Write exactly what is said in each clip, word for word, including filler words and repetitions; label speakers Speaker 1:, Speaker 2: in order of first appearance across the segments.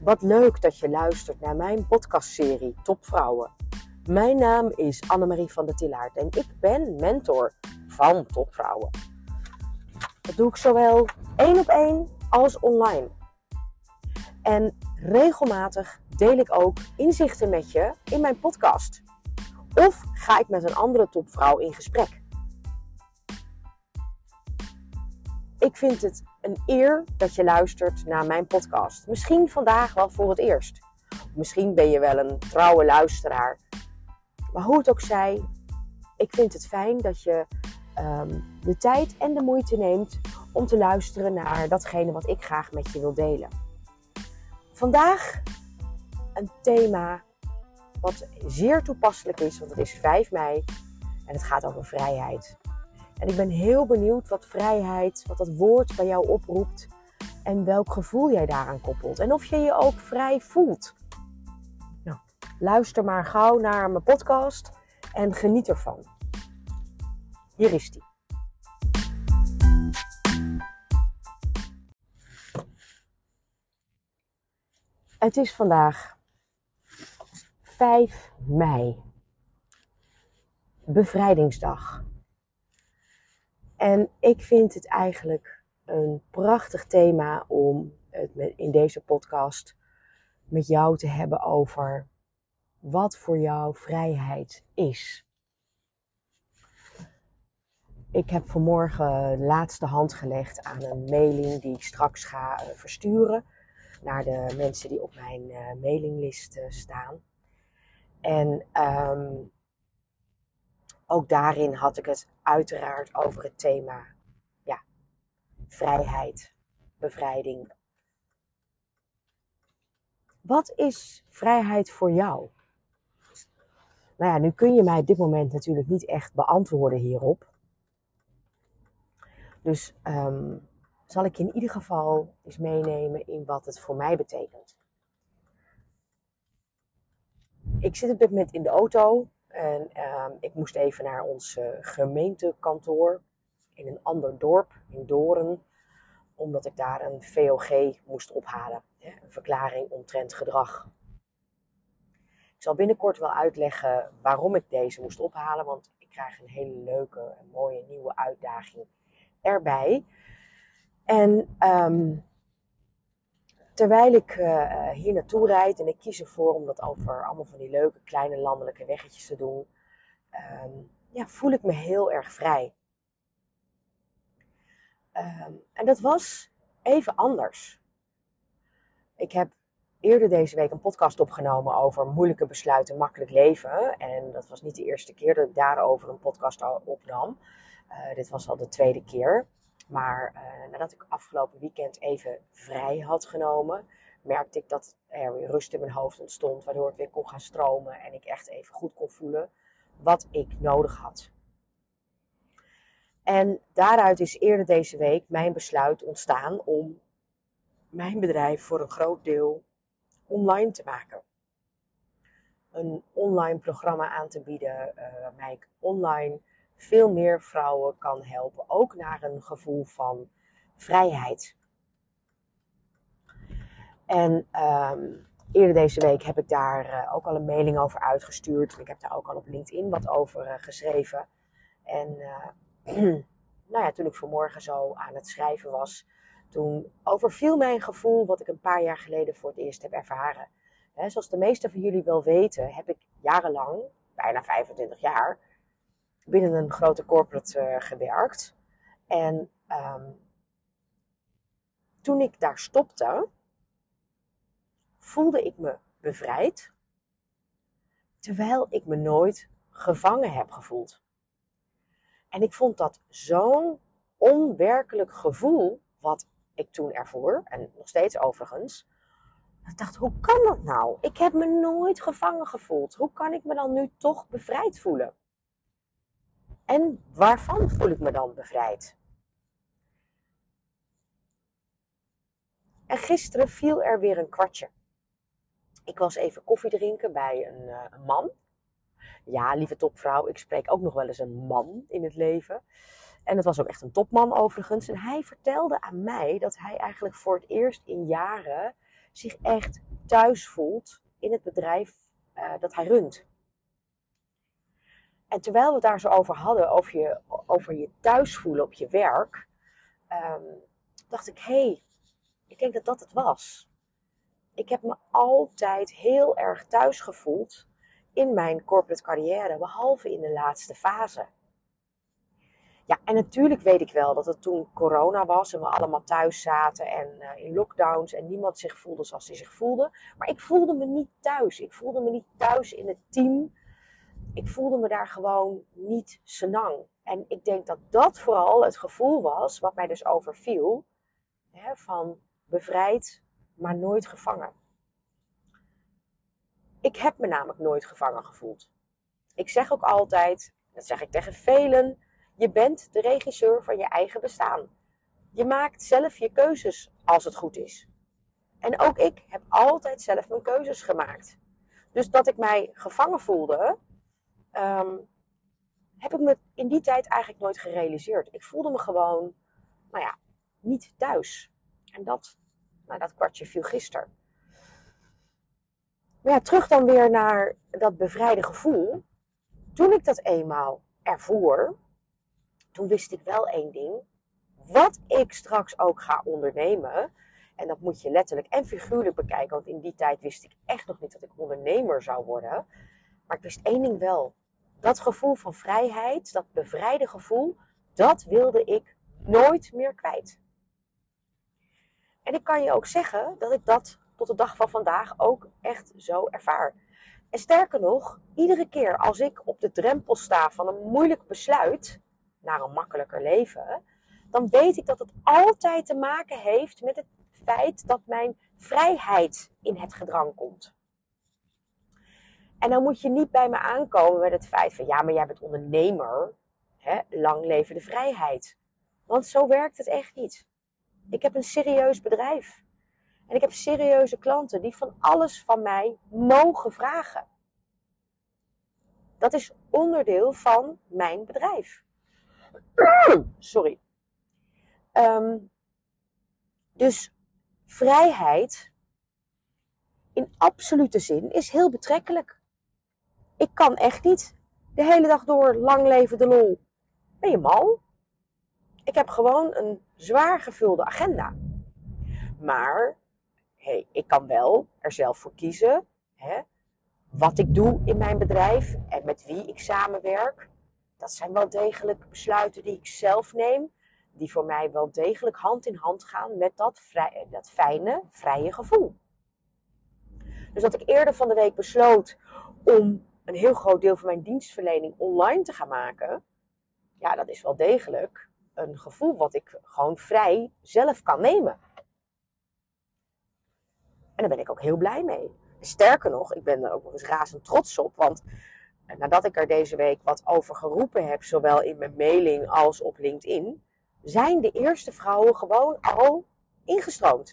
Speaker 1: Wat leuk dat je luistert naar mijn podcastserie Topvrouwen. Mijn naam is Annemarie van der Tillaert en ik ben mentor van topvrouwen. Dat doe ik zowel één op één als online. En regelmatig deel ik ook inzichten met je in mijn podcast. Of ga ik met een andere topvrouw in gesprek. Ik vind het een eer dat je luistert naar mijn podcast. Misschien vandaag wel voor het eerst. Misschien ben je wel een trouwe luisteraar. Maar hoe het ook zij, ik vind het fijn dat je um, de tijd en de moeite neemt om te luisteren naar datgene wat ik graag met je wil delen. Vandaag een thema wat zeer toepasselijk is, want het is vijf mei en het gaat over vrijheid. En ik ben heel benieuwd wat vrijheid, wat dat woord bij jou oproept en welk gevoel jij daaraan koppelt. En of je je ook vrij voelt. Nou, luister maar gauw naar mijn podcast en geniet ervan. Hier is die. Het is vandaag vijf mei, bevrijdingsdag. En ik vind het eigenlijk een prachtig thema om het in deze podcast met jou te hebben over wat voor jou vrijheid is. Ik heb vanmorgen laatste hand gelegd aan een mailing die ik straks ga versturen naar de mensen die op mijn mailinglist staan. En um, ook daarin had ik het uiteraard over het thema ja, vrijheid, bevrijding. Wat is vrijheid voor jou? Nou ja, nu kun je mij op dit moment natuurlijk niet echt beantwoorden hierop. Dus um, zal ik je in ieder geval eens meenemen in wat het voor mij betekent. Ik zit op dit moment in de auto. En uh, ik moest even naar ons uh, gemeentekantoor in een ander dorp, in Doorn. Omdat ik daar een V O G moest ophalen. Hè, een verklaring omtrent gedrag. Ik zal binnenkort wel uitleggen waarom ik deze moest ophalen. Want ik krijg een hele leuke en mooie nieuwe uitdaging erbij. En um, terwijl ik uh, hier naartoe rijd en ik kies ervoor om dat over allemaal van die leuke kleine landelijke weggetjes te doen, um, ja, voel ik me heel erg vrij. Um, en dat was even anders. Ik heb eerder deze week een podcast opgenomen over moeilijke besluiten, makkelijk leven. En dat was niet de eerste keer dat ik daarover een podcast opnam. Uh, dit was al de tweede keer. Maar uh, nadat ik afgelopen weekend even vrij had genomen, merkte ik dat er weer rust in mijn hoofd ontstond, waardoor het weer kon gaan stromen en ik echt even goed kon voelen wat ik nodig had. En daaruit is eerder deze week mijn besluit ontstaan om mijn bedrijf voor een groot deel online te maken. Een online programma aan te bieden, uh, waarmee ik online veel meer vrouwen kan helpen, ook naar een gevoel van vrijheid. En um, eerder deze week heb ik daar uh, ook al een mailing over uitgestuurd. En ik heb daar ook al op LinkedIn wat over uh, geschreven. En uh, nou ja, toen ik vanmorgen zo aan het schrijven was, toen overviel mij een gevoel wat ik een paar jaar geleden voor het eerst heb ervaren. He, zoals de meesten van jullie wel weten, heb ik jarenlang, bijna vijfentwintig jaar, binnen een grote corporate uh, gewerkt. En um, toen ik daar stopte, voelde ik me bevrijd, terwijl ik me nooit gevangen heb gevoeld. En ik vond dat zo'n onwerkelijk gevoel, wat ik toen ervoor, en nog steeds overigens. Ik dacht, hoe kan dat nou? Ik heb me nooit gevangen gevoeld. Hoe kan ik me dan nu toch bevrijd voelen? En waarvan voel ik me dan bevrijd? En gisteren viel er weer een kwartje. Ik was even koffie drinken bij een, uh, een man. Ja, lieve topvrouw, ik spreek ook nog wel eens een man in het leven. En het was ook echt een topman overigens. En hij vertelde aan mij dat hij eigenlijk voor het eerst in jaren zich echt thuis voelt in het bedrijf uh, dat hij runt. En terwijl we het daar zo over hadden, over je, over je thuis voelen op je werk, um, dacht ik, hé, hey, ik denk dat dat het was. Ik heb me altijd heel erg thuis gevoeld in mijn corporate carrière, behalve in de laatste fase. Ja, en natuurlijk weet ik wel dat het toen corona was en we allemaal thuis zaten en uh, in lockdowns en niemand zich voelde zoals hij zich voelde. Maar ik voelde me niet thuis. Ik voelde me niet thuis in het team. Ik voelde me daar gewoon niet senang. En ik denk dat dat vooral het gevoel was wat mij dus overviel. Hè, van bevrijd, maar nooit gevangen. Ik heb me namelijk nooit gevangen gevoeld. Ik zeg ook altijd, dat zeg ik tegen velen, je bent de regisseur van je eigen bestaan. Je maakt zelf je keuzes als het goed is. En ook ik heb altijd zelf mijn keuzes gemaakt. Dus dat ik mij gevangen voelde, um, heb ik me in die tijd eigenlijk nooit gerealiseerd. Ik voelde me gewoon, nou ja, niet thuis. En dat, nou, dat kwartje viel gisteren. Maar ja, terug dan weer naar dat bevrijde gevoel. Toen ik dat eenmaal ervoer, toen wist ik wel één ding. Wat ik straks ook ga ondernemen, en dat moet je letterlijk en figuurlijk bekijken, want in die tijd wist ik echt nog niet dat ik ondernemer zou worden. Maar ik wist één ding wel. Dat gevoel van vrijheid, dat bevrijde gevoel, dat wilde ik nooit meer kwijt. En ik kan je ook zeggen dat ik dat tot de dag van vandaag ook echt zo ervaar. En sterker nog, iedere keer als ik op de drempel sta van een moeilijk besluit naar een makkelijker leven, dan weet ik dat het altijd te maken heeft met het feit dat mijn vrijheid in het gedrang komt. En dan moet je niet bij me aankomen met het feit van, ja, maar jij bent ondernemer, hè, lang leven de vrijheid. Want zo werkt het echt niet. Ik heb een serieus bedrijf. En ik heb serieuze klanten die van alles van mij mogen vragen. Dat is onderdeel van mijn bedrijf. Sorry. Um, dus vrijheid in absolute zin is heel betrekkelijk. Ik kan echt niet de hele dag door lang leven de lol. Ben je mal? Ik heb gewoon een zwaar gevulde agenda. Maar hey, ik kan wel er zelf voor kiezen, hè, wat ik doe in mijn bedrijf en met wie ik samenwerk. Dat zijn wel degelijk besluiten die ik zelf neem, die voor mij wel degelijk hand in hand gaan met dat, vrij, dat fijne, vrije gevoel. Dus dat ik eerder van de week besloot om een heel groot deel van mijn dienstverlening online te gaan maken, ja, dat is wel degelijk een gevoel wat ik gewoon vrij zelf kan nemen. En daar ben ik ook heel blij mee. Sterker nog, ik ben er ook nog eens razend trots op. Want nadat ik er deze week wat over geroepen heb, zowel in mijn mailing als op LinkedIn, zijn de eerste vrouwen gewoon al ingestroomd.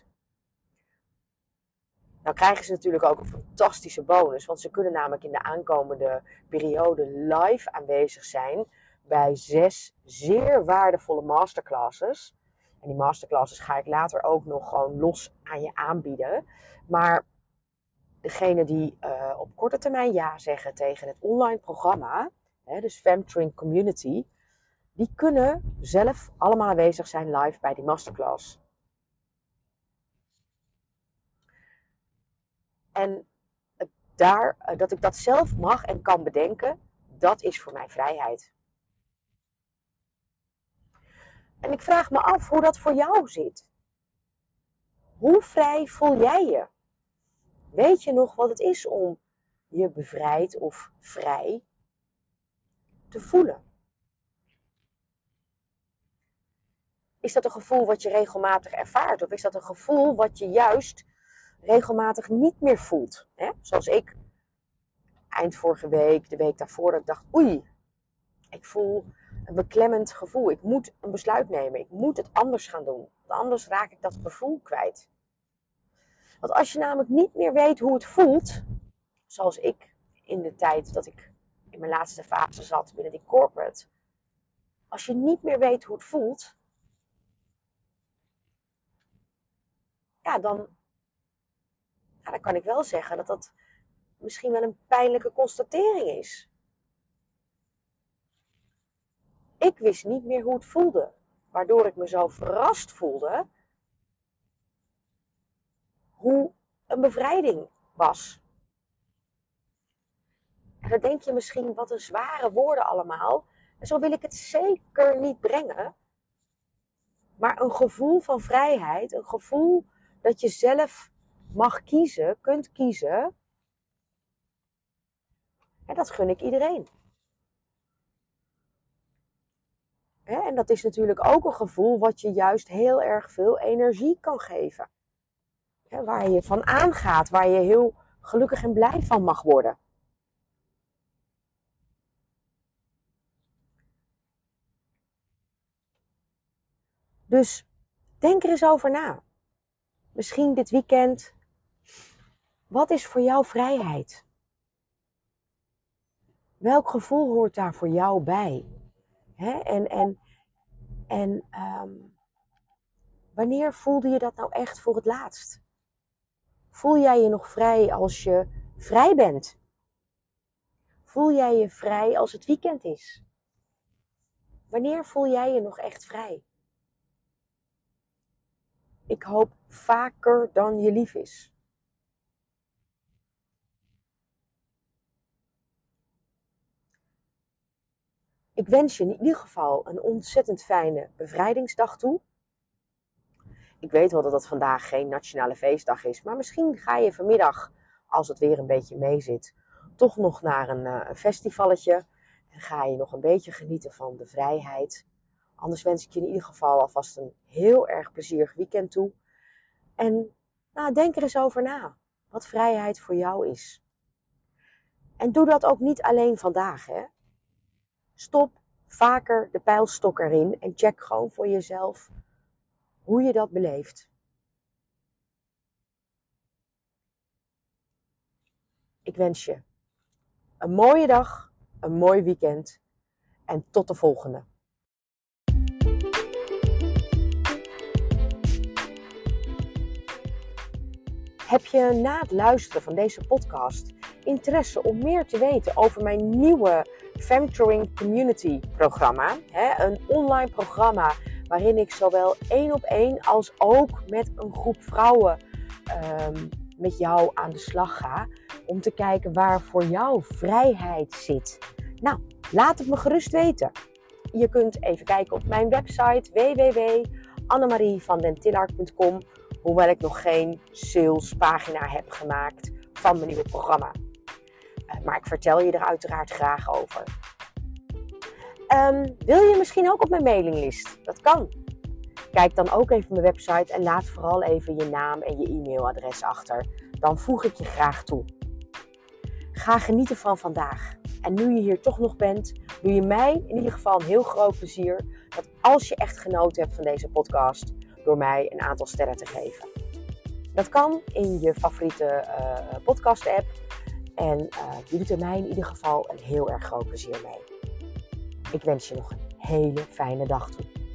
Speaker 1: Dan krijgen ze natuurlijk ook een fantastische bonus. Want ze kunnen namelijk in de aankomende periode live aanwezig zijn bij zes zeer waardevolle masterclasses. En die masterclasses ga ik later ook nog gewoon los aan je aanbieden. Maar degene die uh, op korte termijn ja zeggen tegen het online programma, hè, dus Femtoring Community, die kunnen zelf allemaal aanwezig zijn live bij die masterclass. En daar, uh, dat ik dat zelf mag en kan bedenken, dat is voor mij vrijheid. En ik vraag me af hoe dat voor jou zit. Hoe vrij voel jij je? Weet je nog wat het is om je bevrijd of vrij te voelen? Is dat een gevoel wat je regelmatig ervaart? Of is dat een gevoel wat je juist regelmatig niet meer voelt? Hè? Zoals ik eind vorige week, de week daarvoor, dat ik dacht, oei, ik voel een beklemmend gevoel. Ik moet een besluit nemen. Ik moet het anders gaan doen. Want anders raak ik dat gevoel kwijt. Want als je namelijk niet meer weet hoe het voelt, zoals ik in de tijd dat ik in mijn laatste fase zat binnen die corporate. Als je niet meer weet hoe het voelt, ja, dan Ja, dan kan ik wel zeggen dat dat misschien wel een pijnlijke constatering is. Ik wist niet meer hoe het voelde, waardoor ik me zo verrast voelde hoe een bevrijding was. En dan denk je misschien, wat een zware woorden allemaal. En zo wil ik het zeker niet brengen. Maar een gevoel van vrijheid, een gevoel dat je zelf mag kiezen, kunt kiezen. En dat gun ik iedereen. En dat is natuurlijk ook een gevoel wat je juist heel erg veel energie kan geven. Waar je van aangaat, waar je heel gelukkig en blij van mag worden. Dus denk er eens over na. Misschien dit weekend. Wat is voor jou vrijheid? Welk gevoel hoort daar voor jou bij? Hè? En, en, en um, wanneer voelde je dat nou echt voor het laatst? Voel jij je nog vrij als je vrij bent? Voel jij je vrij als het weekend is? Wanneer voel jij je nog echt vrij? Ik hoop vaker dan je lief is. Ik wens je in ieder geval een ontzettend fijne bevrijdingsdag toe. Ik weet wel dat het vandaag geen nationale feestdag is, maar misschien ga je vanmiddag, als het weer een beetje meezit, toch nog naar een, uh, een festivalletje. En ga je nog een beetje genieten van de vrijheid. Anders wens ik je in ieder geval alvast een heel erg plezierig weekend toe. En nou, denk er eens over na, wat vrijheid voor jou is. En doe dat ook niet alleen vandaag, hè. Stop vaker de pijlstok erin en check gewoon voor jezelf hoe je dat beleeft. Ik wens je een mooie dag, een mooi weekend en tot de volgende. Heb je na het luisteren van deze podcast interesse om meer te weten over mijn nieuwe Femtoring Community programma? Hè? Een online programma waarin ik zowel één op één als ook met een groep vrouwen um, met jou aan de slag ga. Om te kijken waar voor jou vrijheid zit. Nou, laat het me gerust weten. Je kunt even kijken op mijn website w w w punt annemarie van den tillaert punt com. Hoewel ik nog geen salespagina heb gemaakt van mijn nieuwe programma. Uh, maar ik vertel je er uiteraard graag over. Um, wil je misschien ook op mijn mailinglist? Dat kan. Kijk dan ook even op mijn website en laat vooral even je naam en je e-mailadres achter. Dan voeg ik je graag toe. Ga genieten van vandaag. En nu je hier toch nog bent, doe je mij in ieder geval een heel groot plezier. Dat als je echt genoten hebt van deze podcast, door mij een aantal sterren te geven. Dat kan in je favoriete uh, podcast app. En uh, je doet er mij in ieder geval een heel erg groot plezier mee. Ik wens je nog een hele fijne dag toe.